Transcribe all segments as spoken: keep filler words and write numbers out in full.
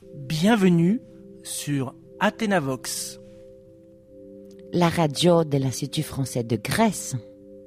Bienvenue sur Athénavox, la radio de l'Institut français de Grèce.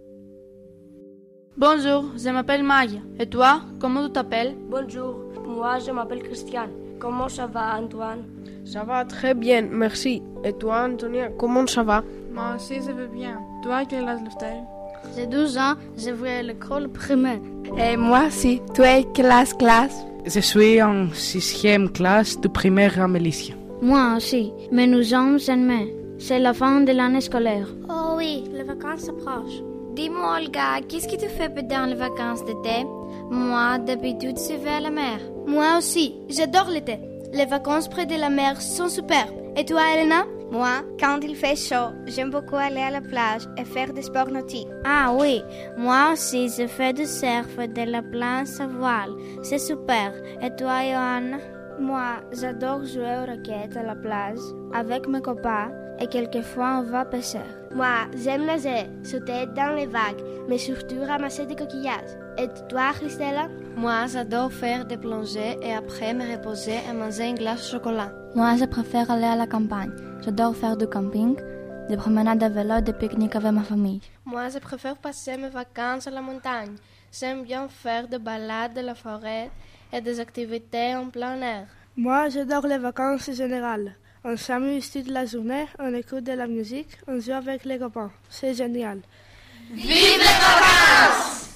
Bonjour, je m'appelle Maya. Et toi, comment tu t'appelles? Bonjour, moi je m'appelle Christiane. Comment ça va, Antoine? Ça va très bien, merci. Et toi, Antonia, comment ça va? Moi aussi, ça va bien. Toi, quel âge as-tu? J'ai douze ans, je vais à l'école primaire. Et moi aussi. Tu es classe classe? Je suis en sixième classe de primaire à Mélicia. Moi aussi, mais nous sommes en mai. C'est la fin de l'année scolaire. Oh oui, les vacances approchent. Dis-moi, Olga, qu'est-ce que tu fais pendant les vacances d'été? Moi, d'habitude, je vais à la mer. Moi aussi, j'adore l'été. Les vacances près de la mer sont super. Et toi, Elena? Moi, quand il fait chaud, j'aime beaucoup aller à la plage et faire des sports nautiques. Ah oui, moi aussi, je fais du surf et de la planche à voile. C'est super. Et toi, Johanna? Moi, j'adore jouer aux raquettes à la plage avec mes copains et quelquefois on va pêcher. Moi, j'aime nager, sauter dans les vagues, mais surtout ramasser des coquillages. Et toi, Christella? Moi, j'adore faire des plongées et après me reposer et manger une glace au chocolat. Moi, je préfère aller à la campagne. J'adore faire du camping, des promenades à vélo, des pique-niques avec ma famille. Moi, je préfère passer mes vacances à la montagne. J'aime bien faire des balades dans la forêt et des activités en plein air. Moi, j'adore les vacances en général. On s'amuse toute la journée, on écoute de la musique, on joue avec les copains. C'est génial. Vive les vacances!